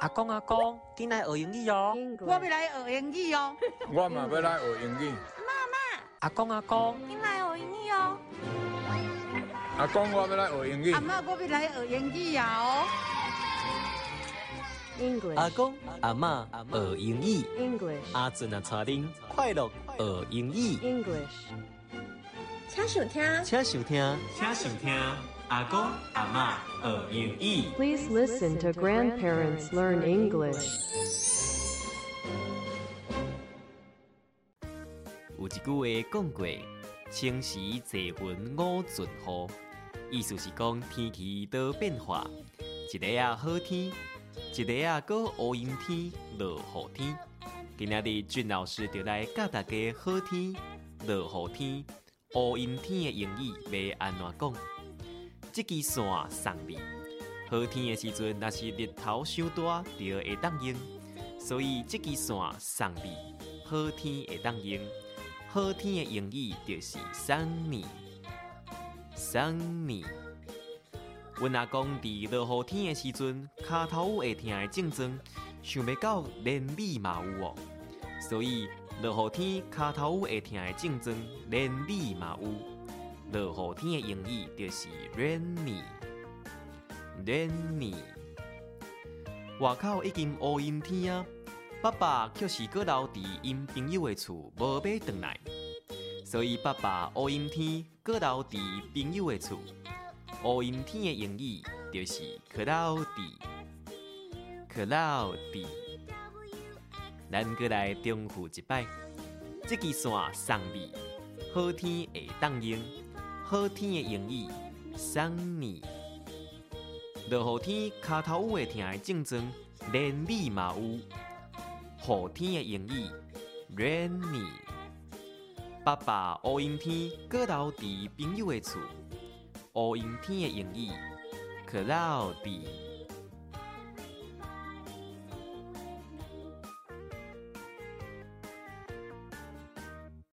阿公，今来学英语哦。 我要来学英语哦。 我嘛要来学英语。 阿公， 今来学英语哦。 阿公，我要来学英语。 阿妈，我要来学英语哦。 阿公阿嬷学英语。 English 阿俊啊，带恁快乐学英语。 English 请收听， 阿公阿嬷学英语。 Please listen to grandparents learn English. 有一句话讲过，晴时坐云五尽雨，意思是讲天气多变化，一个啊好天，一个啊搁乌阴天、落雨天。今仔日俊老师就来教大家好天、落雨天、乌阴天的英语要安怎讲。这支线送你，好天的时阵，若是日头伤大，就会当用，所以这支线送你，好天会当用。好天的英语就是 sunny。阮阿公伫落雨天的时阵，骹头有会痛的症状，想袂到连你嘛有哦。所以落雨天骹头有会痛的症状，连你嘛有。落雨天的英语就是 rainy。外口已经乌阴天啊。爸爸却是搁留伫因朋友的厝，无买回来，所以爸爸乌阴天搁留伫朋友的厝。乌阴天的英语就是 cloudy。咱搁来重复一摆，这支线送你，好天会当用，好天的英语 sunny。落雨天骹头有会痛的症状，连你嘛有。雨天的英语 rainy。爸爸乌阴天搁留伫朋友的厝。乌阴天的英语 cloudy。